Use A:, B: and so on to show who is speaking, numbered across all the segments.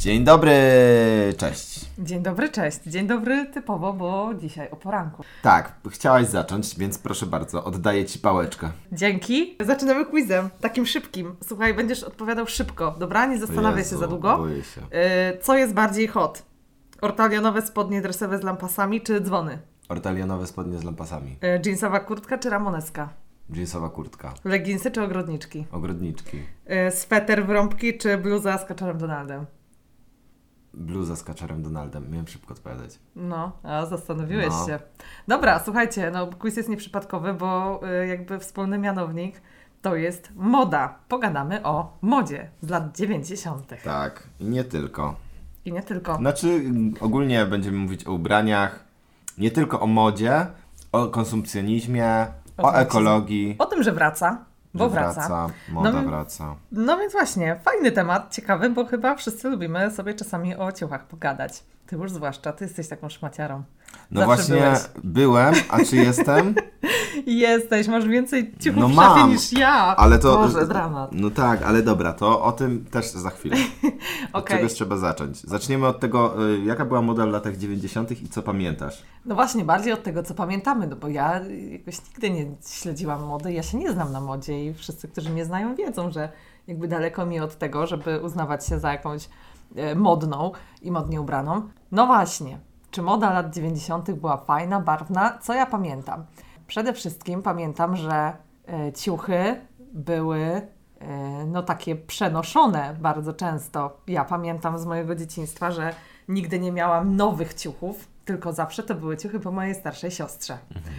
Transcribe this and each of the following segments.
A: Dzień dobry, cześć.
B: Dzień dobry, cześć. Dzień dobry typowo, bo dzisiaj o poranku.
A: Tak, chciałaś zacząć, więc proszę bardzo, oddaję Ci pałeczkę.
B: Dzięki. Zaczynamy quizem, takim szybkim. Słuchaj, będziesz odpowiadał szybko, dobra? Nie zastanawiaj się za długo.
A: Boję się.
B: Co jest bardziej hot? Ortalionowe spodnie dresowe z lampasami czy dzwony?
A: Ortalionowe spodnie z lampasami.
B: Jeansowa kurtka czy ramoneska?
A: Jeansowa kurtka.
B: Leginsy czy ogrodniczki?
A: Ogrodniczki.
B: Sweter w rąbki czy bluza z kaczorem Donaldem?
A: Bluza z kaczorem Donaldem. Miałem szybko odpowiadać.
B: No, a zastanowiłeś się. Dobra, słuchajcie, quiz jest nieprzypadkowy, bo jakby wspólny mianownik to jest moda. Pogadamy o modzie z lat 90.
A: Tak, i nie tylko.
B: I nie tylko.
A: Znaczy, ogólnie będziemy mówić o ubraniach, nie tylko o modzie, o konsumpcjonizmie, o ekologii.
B: O tym, że wraca. Bo wraca.
A: Moda wraca.
B: No więc właśnie, fajny temat, ciekawy, bo chyba wszyscy lubimy sobie czasami o ciuchach pogadać. Ty już zwłaszcza, ty jesteś taką szmaciarą.
A: No
B: Zawsze
A: właśnie byłem, a czy jestem?
B: Jesteś, masz więcej ciuchów
A: No
B: w szafie
A: mam,
B: niż ja.
A: Ale to,
B: Boże, dramat.
A: No tak, ale dobra, to o tym też za chwilę. Od czegoś trzeba zacząć. Zaczniemy od tego, jaka była moda w latach 90. i co pamiętasz?
B: No właśnie, bardziej od tego, co pamiętamy, no bo ja jakoś nigdy nie śledziłam mody, ja się nie znam na modzie i wszyscy, którzy mnie znają, wiedzą, że jakby daleko mi od tego, żeby uznawać się za jakąś modną i modnie ubraną. No właśnie, czy moda lat 90. była fajna, barwna? Co ja pamiętam? Przede wszystkim pamiętam, że ciuchy były takie przenoszone bardzo często. Ja pamiętam z mojego dzieciństwa, że nigdy nie miałam nowych ciuchów, tylko zawsze to były ciuchy po mojej starszej siostrze.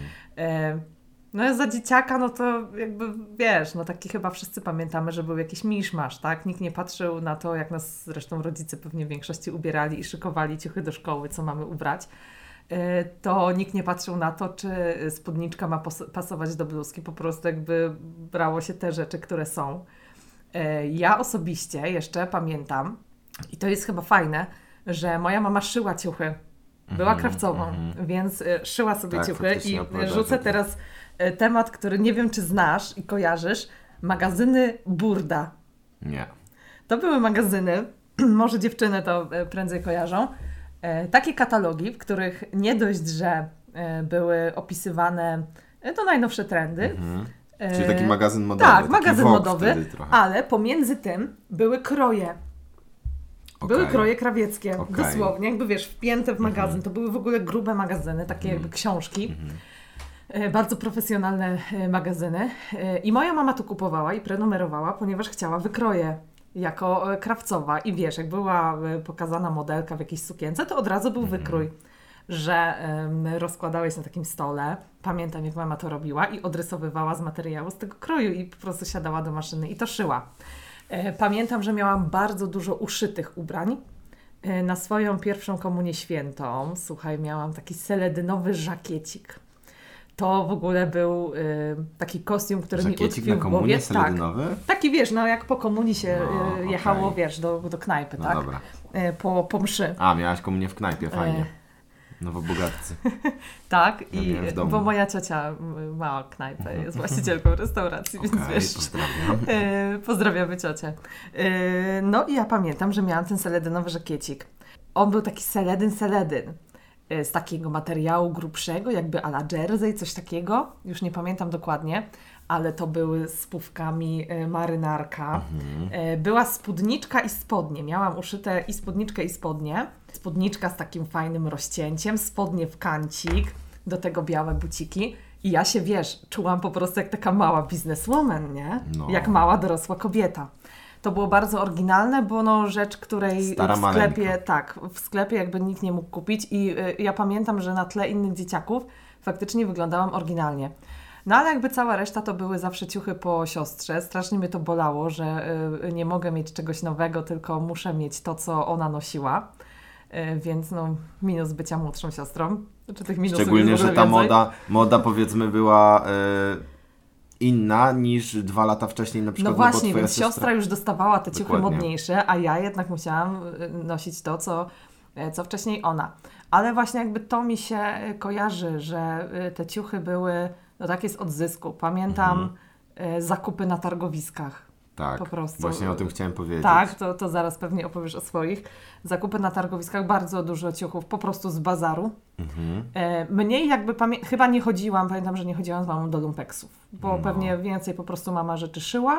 B: Za dzieciaka, no to jakby wiesz, no taki chyba wszyscy pamiętamy, że był jakiś miszmasz, tak? Nikt nie patrzył na to, jak nas zresztą rodzice pewnie w większości ubierali i szykowali ciuchy do szkoły, co mamy ubrać. To nikt nie patrzył na to, czy spódniczka ma pasować do bluzki, po prostu jakby brało się te rzeczy, które są. Ja osobiście jeszcze pamiętam, i to jest chyba fajne, że moja mama szyła ciuchy. Była krawcową, więc szyła sobie ciuchy i rzucę teraz temat, który nie wiem, czy znasz i kojarzysz. Magazyny Burda.
A: Nie.
B: To były magazyny, może dziewczyny to prędzej kojarzą, takie katalogi, w których nie dość, że były opisywane najnowsze trendy.
A: Czyli taki magazyn modowy.
B: Tak, magazyn modowy, ale pomiędzy tym były kroje. Były kroje krawieckie, dosłownie, jakby wiesz, wpięte w magazyn. To były w ogóle grube magazyny, takie jakby książki. Bardzo profesjonalne magazyny. I moja mama to kupowała i prenumerowała, ponieważ chciała wykroje jako krawcowa. I wiesz, jak była pokazana modelka w jakiejś sukience, to od razu był wykrój, że rozkładałeś na takim stole. Pamiętam, jak mama to robiła i odrysowywała z materiału z tego kroju i po prostu siadała do maszyny i to szyła. Pamiętam, że miałam bardzo dużo uszytych ubrań. Na swoją pierwszą komunię świętą, słuchaj, miałam taki seledynowy żakiecik. To w ogóle był taki kostium, który mi utkwił w głowie.
A: Seledynowy?
B: Tak, taki wiesz, jak po komunii się jechało, wiesz, do knajpy, tak?
A: Dobra.
B: Po mszy.
A: A, miałaś komunię w knajpie, fajnie. Nowobogatcy.
B: Tak, bo moja ciocia ma knajpę, jest właścicielką restauracji, więc wiesz.
A: Pozdrawiam.
B: Pozdrawiamy ciocię. I ja pamiętam, że miałam ten seledynowy żakiecik. On był taki seledyn z takiego materiału grubszego, jakby a la jersey, coś takiego. Już nie pamiętam dokładnie, ale to były z pufkami marynarka. Była spódniczka i spodnie. Miałam uszyte i spódniczkę i spodnie. Spódniczka z takim fajnym rozcięciem, spodnie w kancik, do tego białe buciki. I ja się, wiesz, czułam po prostu jak taka mała bizneswoman, nie? No. Jak mała dorosła kobieta. To było bardzo oryginalne, bo rzecz, której w sklepie jakby nikt nie mógł kupić i ja pamiętam, że na tle innych dzieciaków faktycznie wyglądałam oryginalnie. No ale jakby cała reszta to były zawsze ciuchy po siostrze. Strasznie mnie to bolało, że nie mogę mieć czegoś nowego, tylko muszę mieć to, co ona nosiła. Więc minus bycia młodszą siostrą. Znaczy tych minusów
A: szczególnie, że ta moda powiedzmy była inna niż 2 lata wcześniej na przykład.
B: No właśnie, więc siostra już dostawała te ciuchy modniejsze, a ja jednak musiałam nosić to, co wcześniej ona. Ale właśnie jakby to mi się kojarzy, że te ciuchy były takie z odzysku. Pamiętam zakupy na targowiskach.
A: Tak,
B: po prostu.
A: Właśnie o tym chciałem powiedzieć.
B: Tak, to zaraz pewnie opowiesz o swoich. Zakupy na targowiskach, bardzo dużo ciuchów po prostu z bazaru. Mniej jakby, chyba nie chodziłam, pamiętam, że nie chodziłam z mamą do lumpeksów, bo pewnie więcej po prostu mama rzeczy szyła.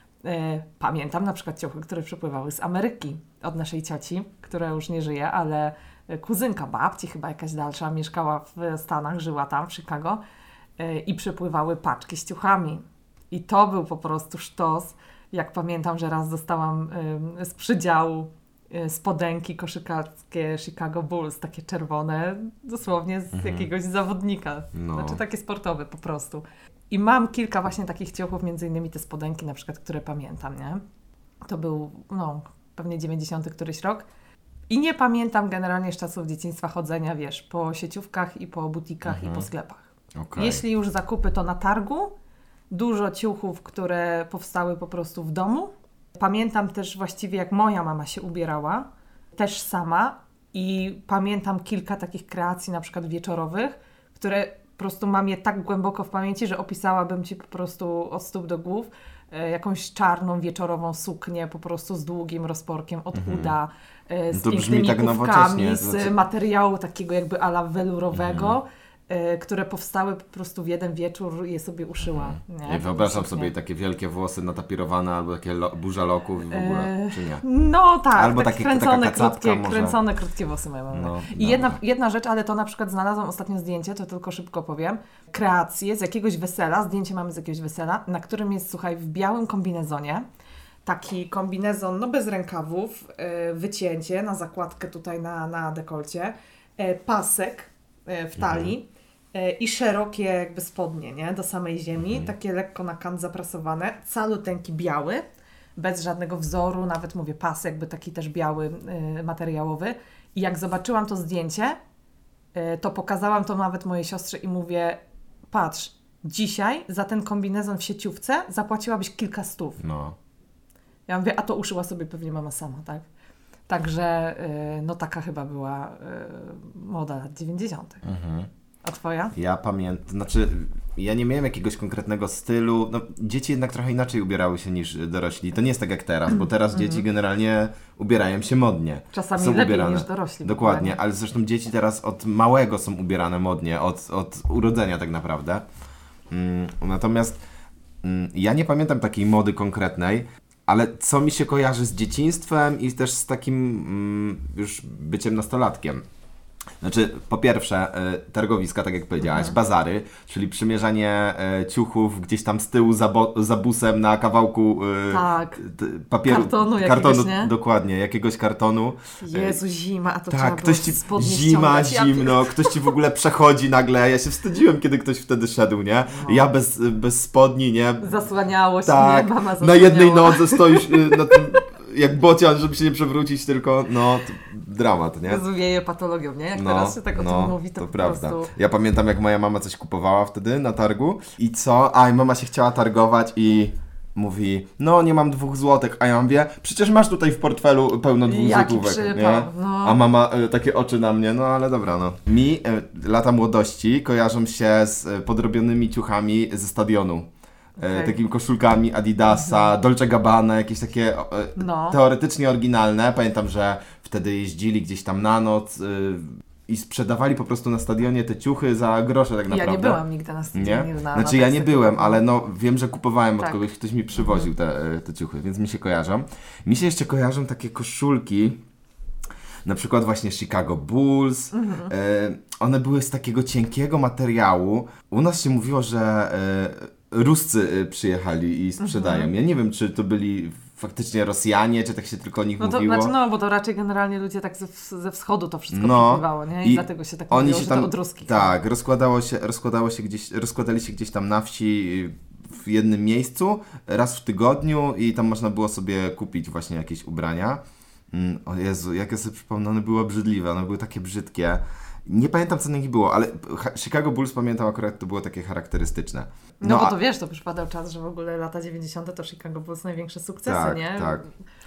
B: Pamiętam na przykład ciuchy, które przypływały z Ameryki od naszej cioci, która już nie żyje, ale kuzynka babci, chyba jakaś dalsza, mieszkała w Stanach, żyła tam w Chicago i przypływały paczki z ciuchami. I to był po prostu sztos. Jak pamiętam, że raz dostałam z przydziału spodenki koszykarskie Chicago Bulls, takie czerwone, dosłownie z jakiegoś zawodnika. Znaczy takie sportowe po prostu. I mam kilka właśnie takich ciuchów, między innymi te spodenki na przykład, które pamiętam, nie? To był, pewnie 90 któryś rok. I nie pamiętam generalnie z czasów dzieciństwa chodzenia, wiesz, po sieciówkach i po butikach i po sklepach.
A: Okay.
B: Jeśli już zakupy, to na targu. Dużo ciuchów, które powstały po prostu w domu. Pamiętam też właściwie, jak moja mama się ubierała, też sama. I pamiętam kilka takich kreacji, na przykład wieczorowych, które po prostu mam je tak głęboko w pamięci, że opisałabym Ci po prostu od stóp do głów. Jakąś czarną, wieczorową suknię, po prostu z długim rozporkiem od uda, z pięknymi
A: tak
B: kubkami, z materiału takiego jakby ala welurowego, które powstały po prostu w jeden wieczór i je sobie uszyła.
A: Nie, wyobrażam sobie takie wielkie włosy natapirowane albo takie burza loków w ogóle, czy nie?
B: No tak,
A: albo
B: takie kręcone, krótkie włosy mają. I jedna rzecz, ale to na przykład znalazłam ostatnio zdjęcie, to tylko szybko powiem, kreację z jakiegoś wesela, zdjęcie mamy z jakiegoś wesela, na którym jest, słuchaj, w białym kombinezonie, taki kombinezon, bez rękawów, wycięcie na zakładkę tutaj na dekolcie, pasek w talii, i szerokie jakby spodnie, nie? Do samej ziemi, takie lekko na kant zaprasowane, caluteńki biały, bez żadnego wzoru, nawet mówię pas jakby taki też biały, materiałowy. I jak zobaczyłam to zdjęcie, to pokazałam to nawet mojej siostrze i mówię, patrz, dzisiaj za ten kombinezon w sieciówce zapłaciłabyś kilka stów. Ja mówię, a to uszyła sobie pewnie mama sama, tak? Także taka chyba była moda lat 90. A twoja?
A: Ja pamiętam, ja nie miałem jakiegoś konkretnego stylu. Dzieci jednak trochę inaczej ubierały się niż dorośli. To nie jest tak jak teraz, bo teraz dzieci generalnie ubierają się modnie.
B: Czasami
A: są
B: lepiej
A: ubierane.
B: Niż dorośli.
A: Dokładnie, ale zresztą dzieci teraz od małego są ubierane modnie, od urodzenia tak naprawdę. Natomiast ja nie pamiętam takiej mody konkretnej, ale co mi się kojarzy z dzieciństwem i też z takim już byciem nastolatkiem. Znaczy, po pierwsze, targowiska, tak jak powiedziałaś, bazary, czyli przymierzanie ciuchów gdzieś tam z tyłu za busem na kawałku papieru.
B: Kartonu, nie?
A: Dokładnie, jakiegoś kartonu.
B: Jezu, zima, a to
A: tak,
B: trzeba
A: ktoś ci
B: zima,
A: zimno, ktoś ci w ogóle przechodzi nagle. Ja się wstydziłem, kiedy ktoś wtedy szedł, nie? Ja bez spodni, nie?
B: Zasłaniało się,
A: tak,
B: nie? Mama
A: na jednej nodze stoisz na tym, jak bocian, żeby się nie przewrócić, tylko dramat, nie?
B: Wieje patologią, nie? Jak teraz się tak o tym mówi, to po
A: prawda.
B: prostu...
A: Ja pamiętam, jak moja mama coś kupowała wtedy na targu i co? I mama się chciała targować i mówi, nie mam 2 złotych, a ja mówię, przecież masz tutaj w portfelu pełno 2 złotówek, nie? A mama takie oczy na mnie, ale dobra, Mi lata młodości kojarzą się z podrobionymi ciuchami ze stadionu. Takimi koszulkami Adidasa, Dolce Gabbana, jakieś takie teoretycznie oryginalne. Pamiętam, że wtedy jeździli gdzieś tam na noc i sprzedawali po prostu na stadionie te ciuchy za grosze tak naprawdę.
B: Ja nie byłam nigdy na stadionie.
A: Nie? Ja nie byłem, ale wiem, że kupowałem od kogoś, ktoś mi przywoził te ciuchy, więc mi się kojarzą. Mi się jeszcze kojarzą takie koszulki, na przykład właśnie Chicago Bulls. One były z takiego cienkiego materiału. U nas się mówiło, że Ruscy przyjechali i sprzedają. Ja nie wiem, czy to byli faktycznie Rosjanie, czy tak się tylko o nich mówiło.
B: Bo to raczej generalnie ludzie tak ze wschodu to wszystko przypływało, nie? I dlatego się tak mówiło, że to od ruskich.
A: Tak, rozkładali się gdzieś tam na wsi w jednym miejscu, raz w tygodniu i tam można było sobie kupić właśnie jakieś ubrania. O Jezu, jak ja sobie przypomnę, one były obrzydliwe, one były takie brzydkie. Nie pamiętam, co na nich było, ale Chicago Bulls pamiętam akurat, to było takie charakterystyczne.
B: Bo to wiesz, to przypadał czas, że w ogóle lata 90. to Chicago Bulls największe sukcesy, nie?
A: Tak.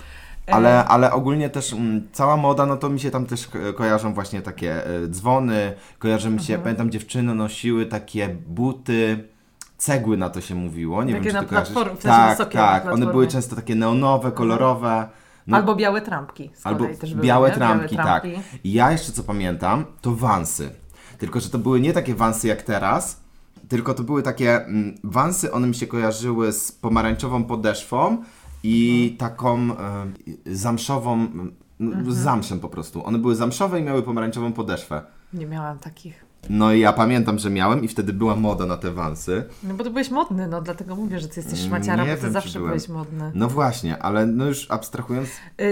A: Ale ogólnie też cała moda, to mi się tam też kojarzą właśnie takie dzwony, kojarzy mi się, pamiętam, dziewczyny nosiły takie buty, cegły na to się mówiło. Nie
B: takie
A: wiem, czy
B: na
A: to kojarzysz.
B: Tak.
A: One były często takie neonowe, kolorowe.
B: No, albo białe trampki.
A: Albo
B: też
A: białe
B: były,
A: trampki, tak. I ja jeszcze co pamiętam, to Vansy. Tylko, że to były nie takie Vansy jak teraz, tylko to były takie Vansy, one mi się kojarzyły z pomarańczową podeszwą i taką zamszową, z zamszem po prostu. One były zamszowe i miały pomarańczową podeszwę.
B: Nie miałam takich.
A: No i ja pamiętam, że miałem i wtedy była moda na te Vansy.
B: No bo ty byłeś modny, no dlatego mówię, że ty jesteś szmaciara, bo ty zawsze byłeś modny.
A: No właśnie, ale no już abstrahując...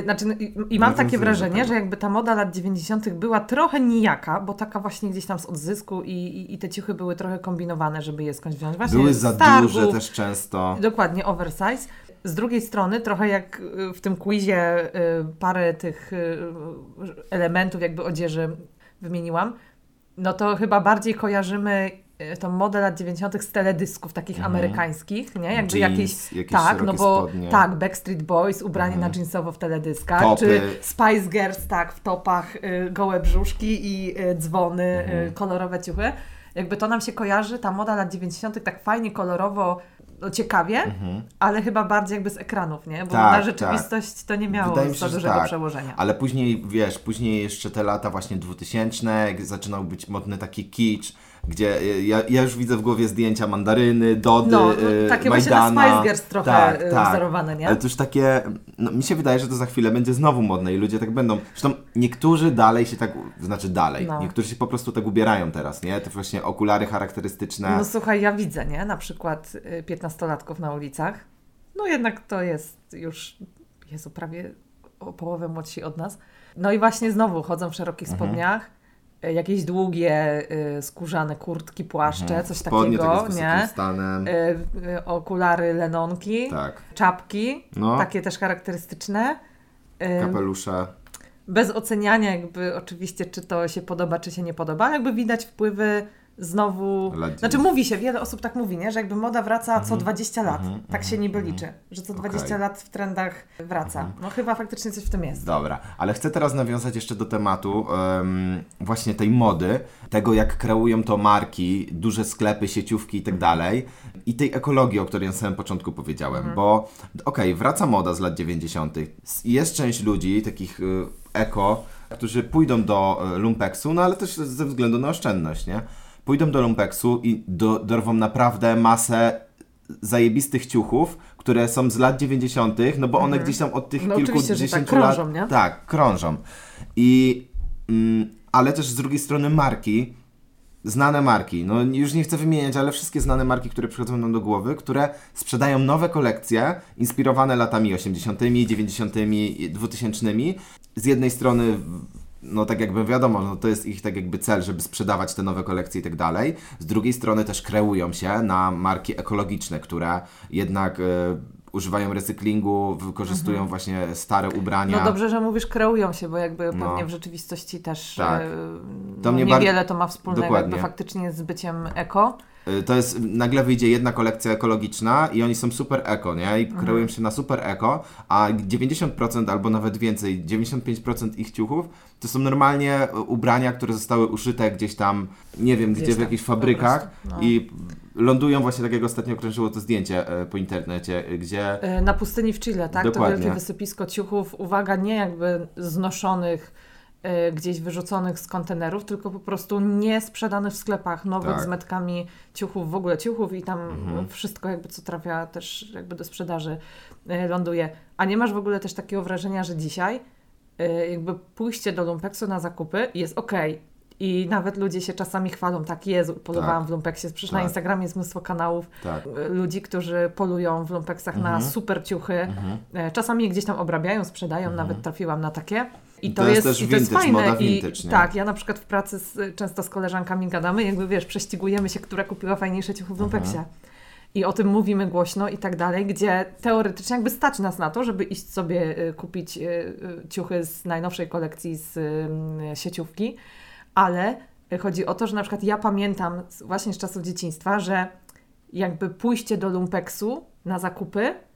B: I mam takie wrażenie, że jakby ta moda lat 90. była trochę nijaka, bo taka właśnie gdzieś tam z odzysku i te ciuchy były trochę kombinowane, żeby je skądś wziąć. Właśnie
A: były za duże też często.
B: Dokładnie, oversize. Z drugiej strony, trochę jak w tym quizie parę tych elementów jakby odzieży wymieniłam, no to chyba bardziej kojarzymy tą modę lat 90. z teledysków takich amerykańskich, nie? Jakby
A: jeans, jakieś
B: tak, no bo
A: spodnie.
B: tak, Backstreet Boys ubrani na jeansowo w teledyskach,
A: Topy.
B: czy Spice Girls tak, w topach, gołe brzuszki i dzwony, kolorowe ciuchy. Jakby to nam się kojarzy, ta moda lat 90. tak fajnie, kolorowo, no ciekawie, ale chyba bardziej jakby z ekranów, nie? Bo na rzeczywistość to nie miało za dużego przełożenia.
A: Ale później, wiesz, później jeszcze te lata właśnie 2000, jak zaczynał być modny taki kicz, gdzie ja już widzę w głowie zdjęcia mandaryny, Dody,
B: takie
A: Majdana.
B: właśnie na Spice Girls trochę wzorowane, nie?
A: Ale to już takie, no mi się wydaje, że to za chwilę będzie znowu modne i ludzie tak będą. Zresztą niektórzy dalej się tak, niektórzy się po prostu tak ubierają teraz, nie? To właśnie okulary charakterystyczne.
B: No słuchaj, ja widzę, nie? Na przykład 15-latków na ulicach. No jednak to jest już, prawie o połowę młodsi od nas. No i właśnie znowu chodzą w szerokich spodniach. Jakieś długie, skórzane kurtki, płaszcze, coś
A: Spodnie
B: takiego,
A: takie z
B: nie?
A: stanem.
B: Okulary, lenonki, czapki, takie też charakterystyczne.
A: Kapelusze.
B: Bez oceniania jakby oczywiście, czy to się podoba, czy się nie podoba. Jakby widać wpływy znowu... Znaczy mówi się, wiele osób tak mówi, nie? Że jakby moda wraca co 20 lat. Tak się niby liczy, że co 20 lat w trendach wraca. No chyba faktycznie coś w tym jest.
A: Dobra, ale chcę teraz nawiązać jeszcze do tematu właśnie tej mody, tego jak kreują to marki, duże sklepy, sieciówki i tak dalej i tej ekologii, o której na samym początku powiedziałem, bo wraca moda z lat 90. Jest część ludzi, takich eko, którzy pójdą do lumpeksu, no ale też ze względu na oszczędność, nie? Pójdą do lumpeksu i dorwą naprawdę masę zajebistych ciuchów, które są z lat 90., no bo one gdzieś tam od tych kilkudziesięciu
B: krążą,
A: lat...
B: Nie?
A: Tak, krążą. Ale też z drugiej strony marki, znane marki, no już nie chcę wymieniać, ale wszystkie znane marki, które przychodzą nam do głowy, które sprzedają nowe kolekcje inspirowane latami 80., 90., 2000. Z jednej strony no tak jakby wiadomo, no to jest ich tak jakby cel, żeby sprzedawać te nowe kolekcje i tak dalej. Z drugiej strony też kreują się na marki ekologiczne, które jednak używają recyklingu, wykorzystują właśnie stare ubrania.
B: No dobrze, że mówisz kreują się, bo jakby pewnie w rzeczywistości też niewiele to ma wspólnego jakby faktycznie z byciem eko.
A: To jest, nagle wyjdzie jedna kolekcja ekologiczna i oni są super eko, nie? I kreują się na super eko, a 90% albo nawet więcej, 95% ich ciuchów to są normalnie ubrania, które zostały uszyte gdzieś tam, nie wiem gdzie, w jakichś fabrykach i lądują właśnie, tak jak ostatnio krążyło to zdjęcie po internecie, gdzie...
B: Na pustyni w Chile, tak?
A: Dokładnie.
B: To wielkie wysypisko ciuchów, uwaga, nie jakby znoszonych, gdzieś wyrzuconych z kontenerów, tylko po prostu nie sprzedanych w sklepach, nowych z metkami ciuchów, w ogóle ciuchów i tam wszystko jakby co trafia też jakby do sprzedaży ląduje. A nie masz w ogóle też takiego wrażenia, że dzisiaj jakby pójście do lumpeksu na zakupy jest okej. I nawet ludzie się czasami chwalą, tak Jezu, polowałam w lumpeksie. Przecież na Instagramie jest mnóstwo kanałów ludzi, którzy polują w lumpeksach na super ciuchy. Czasami je gdzieś tam obrabiają, sprzedają, nawet trafiłam na takie. I to jest
A: też
B: i to jest
A: vintage,
B: fajne.
A: moda vintage, nie?
B: Tak, ja na przykład w pracy często z koleżankami gadamy, jakby wiesz, prześcigujemy się, która kupiła fajniejsze ciuchy w lumpeksie. I o tym mówimy głośno i tak dalej, gdzie teoretycznie jakby stać nas na to, żeby iść sobie kupić ciuchy z najnowszej kolekcji z sieciówki, ale chodzi o to, że na przykład ja pamiętam właśnie z czasów dzieciństwa, że jakby pójście do lumpeksu na zakupy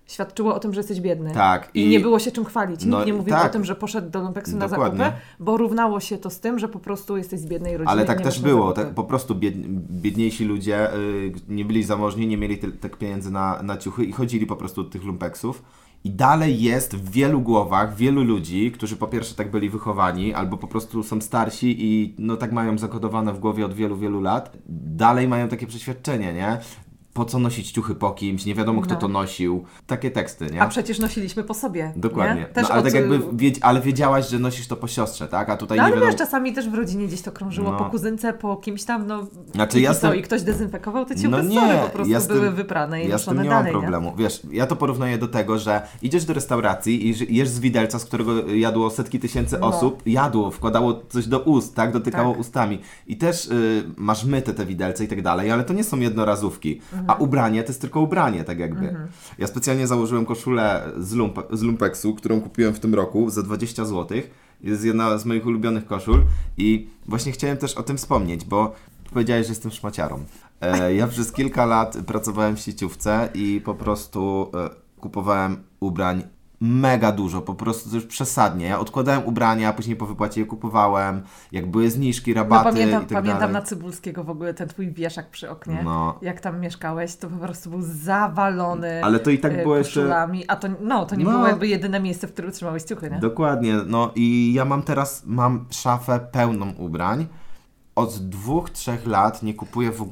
B: świadczyło o tym, że jesteś biedny.
A: Tak.
B: I nie było się czym chwalić.
A: No,
B: Nikt nie mówił
A: tak.
B: o tym, że poszedł do Lumpeksu na
A: Dokładnie.
B: zakupy, bo równało się to z tym, że po prostu jesteś z biednej rodziny.
A: Ale tak
B: nie
A: też
B: masz na
A: było.
B: zakupy.
A: Tak, po prostu biedniejsi ludzie nie byli zamożni, nie mieli tak pieniędzy na ciuchy i chodzili po prostu do tych lumpeksów. I dalej jest w wielu głowach, wielu ludzi, którzy po pierwsze tak byli wychowani, albo po prostu są starsi i no tak mają zakodowane w głowie od wielu, wielu lat. Dalej mają takie przeświadczenie, nie? Po co nosić ciuchy po kimś, nie wiadomo kto to nosił. Takie teksty, nie?
B: A przecież nosiliśmy po sobie.
A: Dokładnie.
B: Nie? Też
A: no, ale tak jakby, ale wiedziałaś, że nosisz to po siostrze, tak? A tutaj
B: no,
A: nie
B: ale
A: wiadomo...
B: wiesz, czasami też w rodzinie gdzieś to krążyło, po kuzynce, po kimś tam,
A: znaczy,
B: i ktoś dezynfekował te ciuchy,
A: no nie,
B: po prostu były wyprane i
A: ja z tym
B: noszone
A: nie mam
B: dalej,
A: problemu.
B: Nie?
A: Wiesz, ja to porównuję do tego, że idziesz do restauracji i jesz z widelca, z którego jadło setki tysięcy osób, wkładało coś do ust, tak? Dotykało ustami. I też masz myte te widelce i tak dalej, ale to nie są jednorazówki. A ubranie to jest tylko ubranie, tak jakby. Ja specjalnie założyłem koszulę z lumpeksu, którą kupiłem w tym roku za 20 zł. Jest jedna z moich ulubionych koszul i właśnie chciałem też o tym wspomnieć, bo powiedziałeś, że jestem szmaciarą. Ja przez kilka lat pracowałem w sieciówce i po prostu kupowałem ubrań mega dużo, po prostu to już przesadnie. Ja odkładałem ubrania, a później po wypłacie je kupowałem, jak były zniżki, rabaty i tak
B: pamiętam
A: dalej.
B: na Cybulskiego w ogóle ten twój wieszak przy oknie, jak tam mieszkałeś, to po prostu był zawalony
A: ale to i tak było
B: koszulami,
A: jeszcze...
B: a to nie było jakby jedyne miejsce, w którym trzymałeś ciuchy, nie?
A: Dokładnie, no i ja mam szafę pełną ubrań. Od 2-3 lat nie kupuję w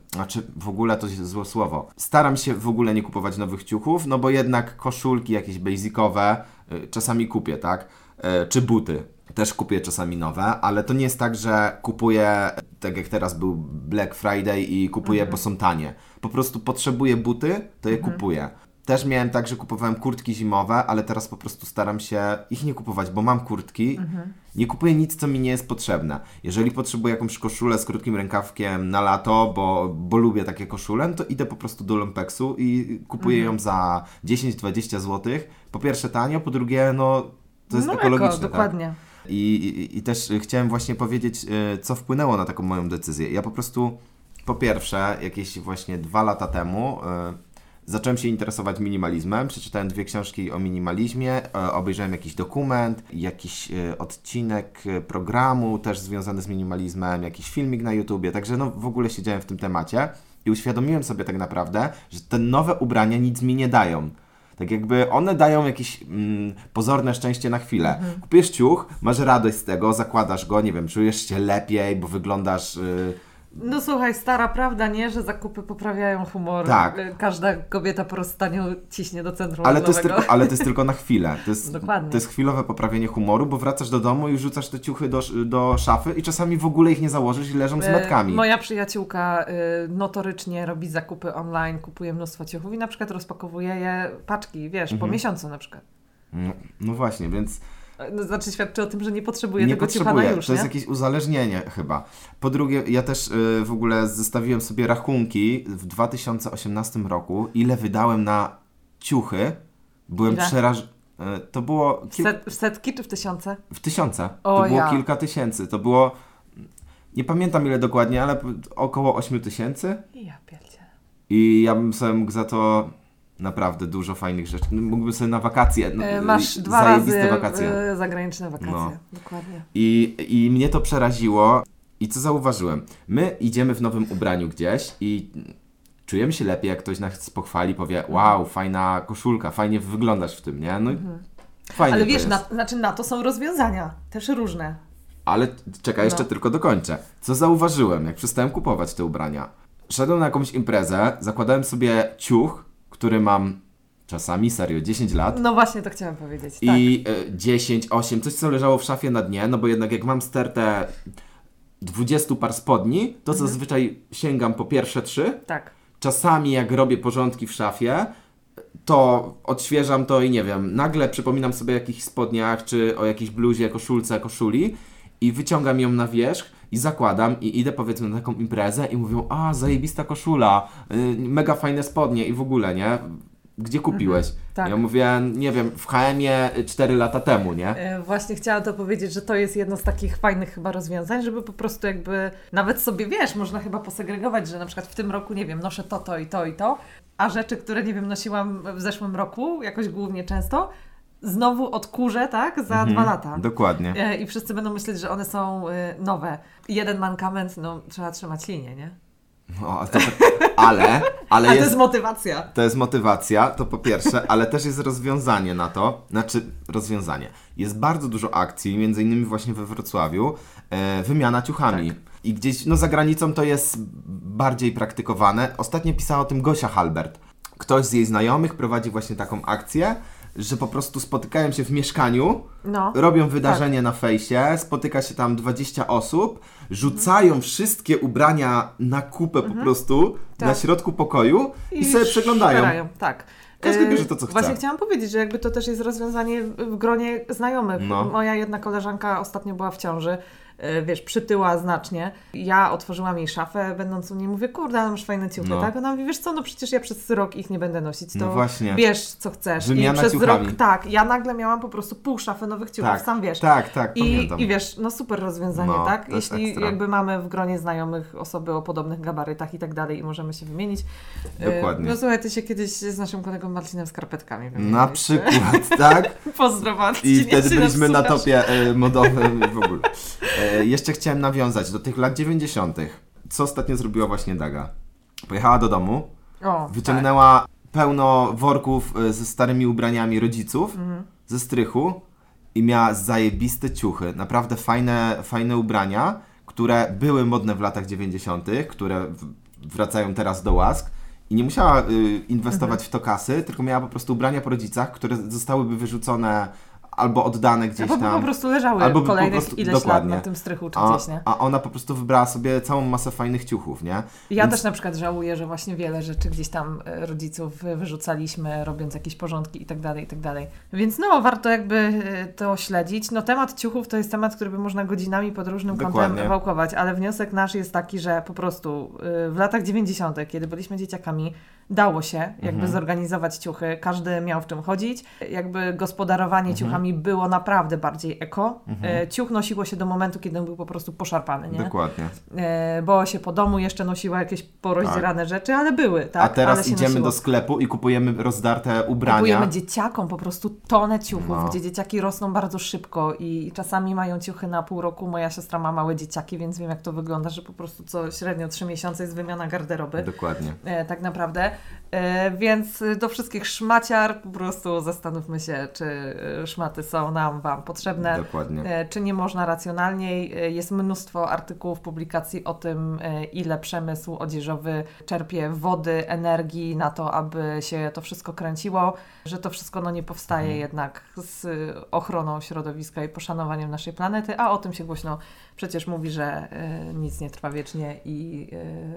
A: ogóle to jest złe słowo. Staram się w ogóle nie kupować nowych ciuchów, no bo jednak koszulki jakieś basicowe czasami kupię, tak? Czy buty. Też kupuję czasami nowe, ale to nie jest tak, że kupuję, tak jak teraz był Black Friday i kupuję, bo są tanie. Po prostu potrzebuję buty, to je kupuję. Też miałem tak, że kupowałem kurtki zimowe, ale teraz po prostu staram się ich nie kupować, bo mam kurtki. Nie kupuję nic, co mi nie jest potrzebne. Jeżeli potrzebuję jakąś koszulę z krótkim rękawkiem na lato, bo lubię takie koszule, to idę po prostu do Lumpeksu i kupuję ją za 10-20 zł. Po pierwsze tanio, po drugie to jest ekologiczne.
B: Dokładnie.
A: Tak? I też chciałem właśnie powiedzieć, co wpłynęło na taką moją decyzję. Ja po prostu, po pierwsze, jakieś właśnie 2 lata temu... zacząłem się interesować minimalizmem, przeczytałem 2 książki o minimalizmie, obejrzałem jakiś dokument, jakiś odcinek programu też związany z minimalizmem, jakiś filmik na YouTubie, także w ogóle siedziałem w tym temacie i uświadomiłem sobie tak naprawdę, że te nowe ubrania nic mi nie dają. Tak jakby one dają jakieś pozorne szczęście na chwilę. Kupujesz ciuch, masz radość z tego, zakładasz go, nie wiem, czujesz się lepiej, bo wyglądasz...
B: No słuchaj, stara prawda, nie? Że zakupy poprawiają humor.
A: Tak.
B: Każda kobieta po rozstaniu ciśnie do centrum
A: ale to jest tylko na chwilę.
B: Dokładnie.
A: To jest chwilowe poprawienie humoru, bo wracasz do domu i rzucasz te ciuchy do szafy i czasami w ogóle ich nie założysz i leżą z metkami.
B: Moja przyjaciółka notorycznie robi zakupy online, kupuje mnóstwo ciuchów i na przykład rozpakowuje je paczki, wiesz, po miesiącu na przykład.
A: No właśnie, więc...
B: No, znaczy świadczy o tym, że nie potrzebuje tego ciucha na już,
A: to jest jakieś uzależnienie chyba. Po drugie, ja też w ogóle zestawiłem sobie rachunki w 2018 roku, ile wydałem na ciuchy. Byłem przerażony. To było...
B: W setki czy w tysiące?
A: W tysiące. To było kilka tysięcy. To było... Nie pamiętam ile dokładnie, ale około 8 000.
B: Ja pierdzie.
A: I ja bym sobie mógł za to... Naprawdę dużo fajnych rzeczy. Mógłbym sobie na wakacje.
B: Masz 2 razy wakacje. Zagraniczne wakacje. Dokładnie.
A: I mnie to przeraziło. I co zauważyłem? My idziemy w nowym ubraniu gdzieś i czujemy się lepiej, jak ktoś nas pochwali, powie wow, fajna koszulka, fajnie wyglądasz w tym, nie? No fajnie.
B: Ale wiesz, na to są rozwiązania. Też różne.
A: Ale czekaj, jeszcze tylko dokończę. Co zauważyłem, jak przestałem kupować te ubrania? Szedłem na jakąś imprezę, zakładałem sobie ciuch, który mam czasami, serio, 10 lat.
B: No właśnie, to chciałam powiedzieć.
A: I 10, 8, coś co leżało w szafie na dnie, no bo jednak jak mam stertę 20 par spodni, to zazwyczaj sięgam po pierwsze 3.
B: Tak.
A: Czasami jak robię porządki w szafie, to odświeżam to i nie wiem, nagle przypominam sobie o jakichś spodniach, czy o jakiejś bluzie, koszulce, koszuli i wyciągam ją na wierzch i zakładam i idę powiedzmy na taką imprezę i mówią, a zajebista koszula, mega fajne spodnie i w ogóle, nie? gdzie kupiłeś?
B: Tak.
A: Ja mówię, nie wiem, w HM-ie 4 lata temu, nie?
B: Właśnie chciałam to powiedzieć, że to jest jedno z takich fajnych chyba rozwiązań, żeby po prostu jakby nawet sobie, wiesz, można chyba posegregować, że na przykład w tym roku, nie wiem, noszę to i to i to, a rzeczy, które, nie wiem, nosiłam w zeszłym roku, jakoś głównie często, znowu odkurzę, tak, za 2 lata.
A: Dokładnie.
B: I wszyscy będą myśleć, że one są nowe. Jeden mankament, no trzeba trzymać linię, nie?
A: No, ale
B: to jest motywacja.
A: To jest motywacja, to po pierwsze, ale też jest rozwiązanie na to, rozwiązanie. Jest bardzo dużo akcji, między innymi właśnie we Wrocławiu, wymiana ciuchami. Tak. I gdzieś, za granicą to jest bardziej praktykowane. Ostatnio pisała o tym Gosia Halbert. Ktoś z jej znajomych prowadzi właśnie taką akcję, że po prostu spotykają się w mieszkaniu, robią wydarzenie na fejsie, spotyka się tam 20 osób, rzucają wszystkie ubrania na kupę po prostu na środku pokoju i sobie przeglądają.
B: Tak.
A: Każdy bierze to, co chce.
B: Właśnie chciałam powiedzieć, że jakby to też jest rozwiązanie w gronie znajomych. Moja jedna koleżanka ostatnio była w ciąży, wiesz, przytyła znacznie. Ja otworzyłam jej szafę, będąc u niej, mówię, kurde, ale masz fajne ciuchy, tak? Ona mówi, wiesz co, no przecież ja przez rok ich nie będę nosić, to
A: właśnie.
B: Bierz co chcesz.
A: Wymiana
B: I przez
A: ciuchami.
B: rok, tak, ja nagle miałam po prostu pół szafy nowych ciuchów, sam wiesz.
A: Tak, pamiętam.
B: I wiesz, no super rozwiązanie, tak? Jeśli jakby mamy w gronie znajomych osoby o podobnych gabarytach i tak dalej i możemy się wymienić.
A: Dokładnie.
B: No słuchaj, ty się kiedyś z naszym kolegą Marcinem skarpetkami wymieniłeś.
A: Na przykład, tak?
B: Pozdro Marcin.
A: I wtedy byliśmy na topie modowym w ogóle. Jeszcze chciałem nawiązać do tych lat 90. Co ostatnio zrobiła właśnie Daga? Pojechała do domu, wyciągnęła pełno worków ze starymi ubraniami rodziców ze strychu i miała zajebiste ciuchy. Naprawdę fajne ubrania, które były modne w latach 90., które wracają teraz do łask. I nie musiała inwestować w to kasy, tylko miała po prostu ubrania po rodzicach, które zostałyby wyrzucone albo oddane gdzieś tam.
B: Albo po prostu leżały kolejnych ileś lat na tym strychu czy gdzieś, nie?
A: A ona po prostu wybrała sobie całą masę fajnych ciuchów, nie?
B: Ja też na przykład żałuję, że właśnie wiele rzeczy gdzieś tam rodziców wyrzucaliśmy, robiąc jakieś porządki i tak dalej, i tak dalej. Więc warto jakby to śledzić. Temat ciuchów to jest temat, który by można godzinami pod różnym kątem wałkować, ale wniosek nasz jest taki, że po prostu w latach 90., kiedy byliśmy dzieciakami, dało się jakby zorganizować ciuchy, każdy miał w czym chodzić, jakby gospodarowanie ciuchami było naprawdę bardziej eko. Ciuch nosiło się do momentu, kiedy on był po prostu poszarpany, nie?
A: Dokładnie.
B: Bo się po domu jeszcze nosiła jakieś porozdzierane rzeczy, ale były, tak?
A: A teraz idziemy do sklepu i kupujemy rozdarte ubrania.
B: Kupujemy dzieciakom po prostu tonę ciuchów, gdzie dzieciaki rosną bardzo szybko i czasami mają ciuchy na pół roku. Moja siostra ma małe dzieciaki, więc wiem, jak to wygląda, że po prostu co średnio 3 miesiące jest wymiana garderoby.
A: Dokładnie.
B: Tak naprawdę. Więc do wszystkich szmaciar po prostu zastanówmy się, czy szmaty są wam potrzebne.
A: Dokładnie.
B: Czy nie można racjonalniej. Jest mnóstwo artykułów, publikacji o tym, ile przemysł odzieżowy czerpie wody, energii na to, aby się to wszystko kręciło, że to wszystko nie powstaje jednak z ochroną środowiska i poszanowaniem naszej planety, a o tym się głośno przecież mówi, że nic nie trwa wiecznie i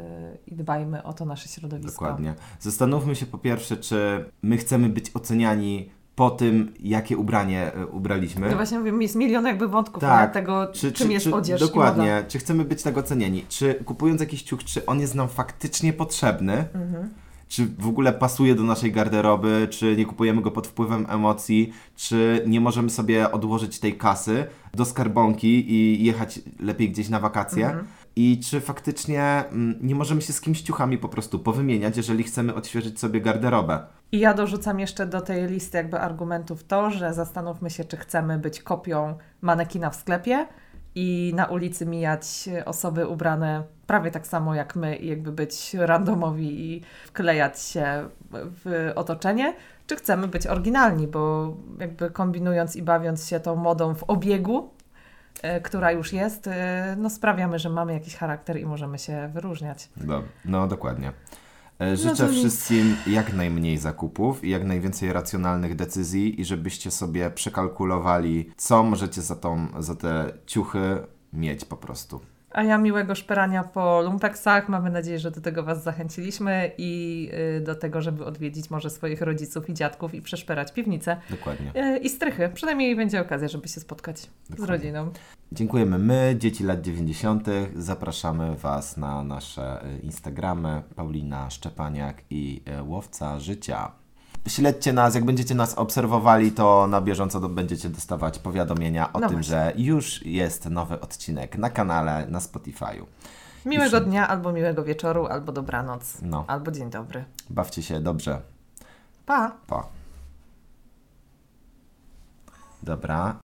B: dbajmy o to nasze środowisko.
A: Dokładnie. Zastanówmy się po pierwsze, czy my chcemy być oceniani po tym, jakie ubranie ubraliśmy.
B: No właśnie mówię, jest milion jakby wątków na tego, czym jest odzież.
A: Dokładnie. Czy chcemy być tak ocenieni? Czy kupując jakiś ciuch, czy on jest nam faktycznie potrzebny? Czy w ogóle pasuje do naszej garderoby? Czy nie kupujemy go pod wpływem emocji? Czy nie możemy sobie odłożyć tej kasy do skarbonki i jechać lepiej gdzieś na wakacje? I czy faktycznie nie możemy się z kimś ciuchami po prostu powymieniać, jeżeli chcemy odświeżyć sobie garderobę?
B: I ja dorzucam jeszcze do tej listy jakby argumentów to, że zastanówmy się, czy chcemy być kopią manekina w sklepie i na ulicy mijać osoby ubrane prawie tak samo jak my i jakby być randomowi i wklejać się w otoczenie, czy chcemy być oryginalni, bo jakby kombinując i bawiąc się tą modą w obiegu, która już jest, sprawiamy, że mamy jakiś charakter i możemy się wyróżniać.
A: No dokładnie. Życzę wszystkim jak najmniej zakupów i jak najwięcej racjonalnych decyzji i żebyście sobie przekalkulowali, co możecie za te ciuchy mieć po prostu.
B: A ja miłego szperania po lumpeksach. Mamy nadzieję, że do tego Was zachęciliśmy i do tego, żeby odwiedzić może swoich rodziców i dziadków i przeszperać piwnicę.
A: Dokładnie.
B: I strychy. Przynajmniej będzie okazja, żeby się spotkać z rodziną.
A: Dziękujemy my, Dzieci lat 90. Zapraszamy Was na nasze Instagramy Paulina Szczepaniak i Łowca Życia. Śledźcie nas, jak będziecie nas obserwowali, to na bieżąco będziecie dostawać powiadomienia o tym, właśnie, że już jest nowy odcinek na kanale, na Spotify'u.
B: Miłego dnia, albo miłego wieczoru, albo dobranoc, albo dzień dobry.
A: Bawcie się dobrze.
B: Pa!
A: Pa. Dobra.